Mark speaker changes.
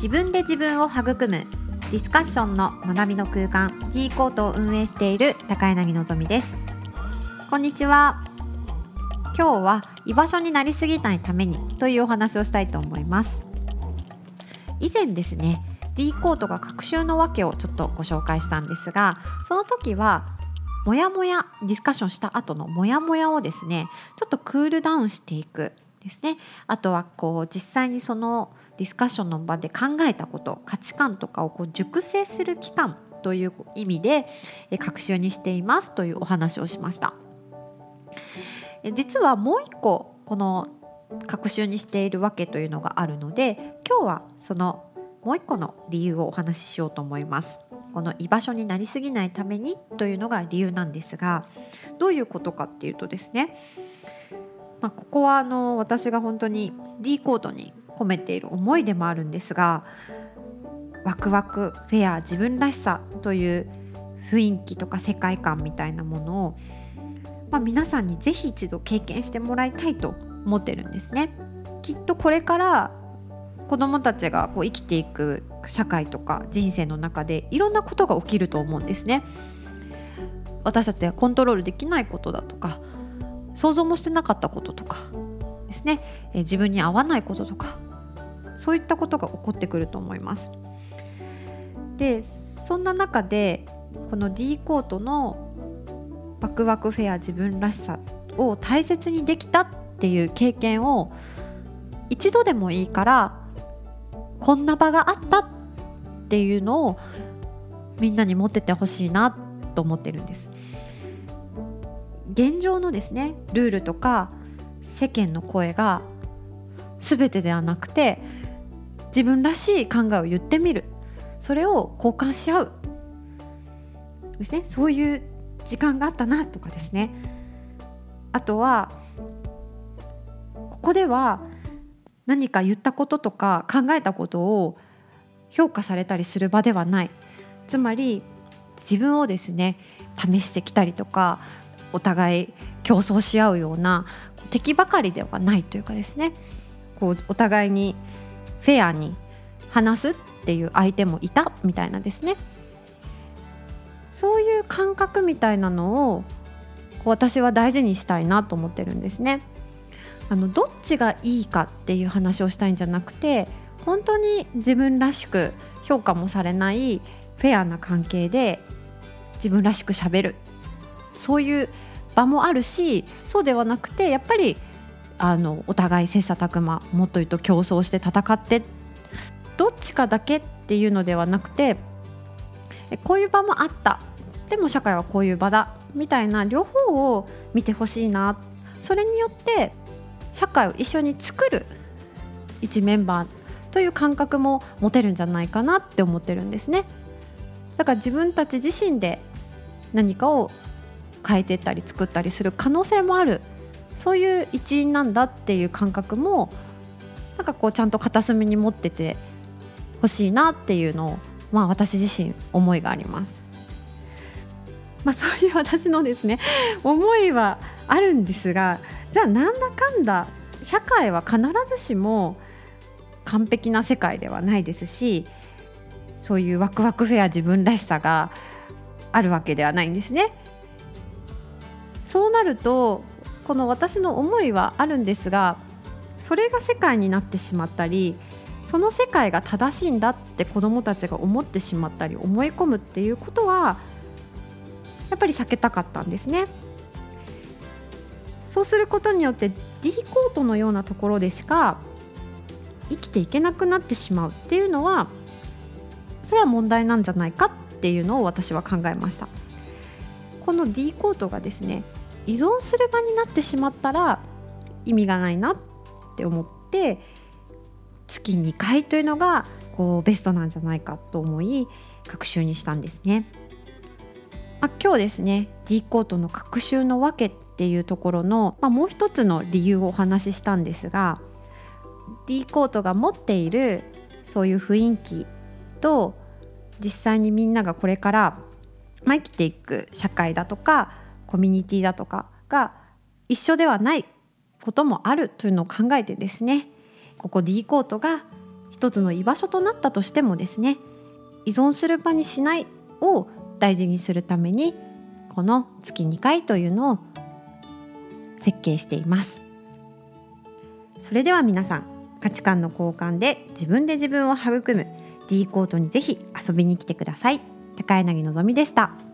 Speaker 1: 自分で自分を育むディスカッションの学びの空間 D コートを運営している高柳のぞみです。こんにちは。今日は居場所になりすぎないためにというお話をしたいと思います。以前ですね D コートが学習のわけをちょっとご紹介したんですが、その時はモヤモヤディスカッションした後のモヤモヤをですねちょっとクールダウンしていくですね。あとは実際にそのディスカッションの場で考えたこと価値観とかを熟成する期間という意味で学習にしていますというお話をしました。実はもう一個この学習にしているわけというのがあるので、今日はそのもう一個の理由をお話ししようと思います。この居場所になりすぎないためにというのが理由なんですが、どういうことかっていうとですね、ここは私が本当に D コートに込めている思いでもあるんですが、ワクワクフェア自分らしさという雰囲気とか世界観みたいなものを、皆さんにぜひ一度経験してもらいたいと思ってるんですね。きっとこれから子どもたちが生きていく社会とか人生の中でいろんなことが起きると思うんですね。私たちがコントロールできないことだとか、想像もしてなかったこととかですね、自分に合わないこととか、そういったことが起こってくると思います。で、そんな中でこの D コートのワクワクフェア自分らしさを大切にできたっていう経験を一度でもいいからこんな場があったっていうのをみんなに持っててほしいなと思ってるんです。現状のですねルールとか世間の声が全てではなくて、自分らしい考えを言ってみる、それを交換し合うですね。そういう時間があったなとかですね。あとはここでは何か言ったこととか考えたことを評価されたりする場ではない。つまり自分をですね試してきたりとか、お互い競争し合うような敵ばかりではないというかですね、お互いにフェアに話すっていう相手もいたみたいなですね、そういう感覚みたいなのを私は大事にしたいなと思ってるんですね。どっちがいいかっていう話をしたいんじゃなくて、本当に自分らしく評価もされないフェアな関係で自分らしく喋る、そういう場もあるし、そうではなくてやっぱりお互い切磋琢磨、もっと言うと競争して戦って、どっちかだけっていうのではなくて、こういう場もあった、でも社会はこういう場だみたいな両方を見てほしいな。それによって社会を一緒に作る一メンバーという感覚も持てるんじゃないかなって思ってるんですね。だから自分たち自身で何かを変えていったり作ったりする可能性もある、そういう一員なんだっていう感覚もちゃんと片隅に持っててほしいなっていうのを、私自身思いがあります。そういう私のですね思いはあるんですが、じゃあなんだかんだ社会は必ずしも完璧な世界ではないですし、そういうワクワクフェア自分らしさがあるわけではないんですね。そうなるとこの私の思いはあるんですが、それが世界になってしまったり、その世界が正しいんだって子どもたちが思ってしまったり思い込むっていうことはやっぱり避けたかったんですね。そうすることによって D コートのようなところでしか生きていけなくなってしまうっていうのは、それは問題なんじゃないかっていうのを私は考えました。この D コートがですね依存する場になってしまったら意味がないなって思って、月2回というのがベストなんじゃないかと思い学習にしたんですね。今日ですね D コートの学習のわけっていうところの、もう一つの理由をお話ししたんですが、 D コートが持っているそういう雰囲気と実際にみんながこれから生きていく社会だとかコミュニティだとかが一緒ではないこともあるというのを考えてですね、ここ D コートが一一つの居場所となったとしてもですね、依存する場にしないを大事にするために、この月2回というのを設計しています。それでは皆さん、価値観の交換で自分で自分を育む D コートにぜひ遊びに来てください。高柳のぞみでした。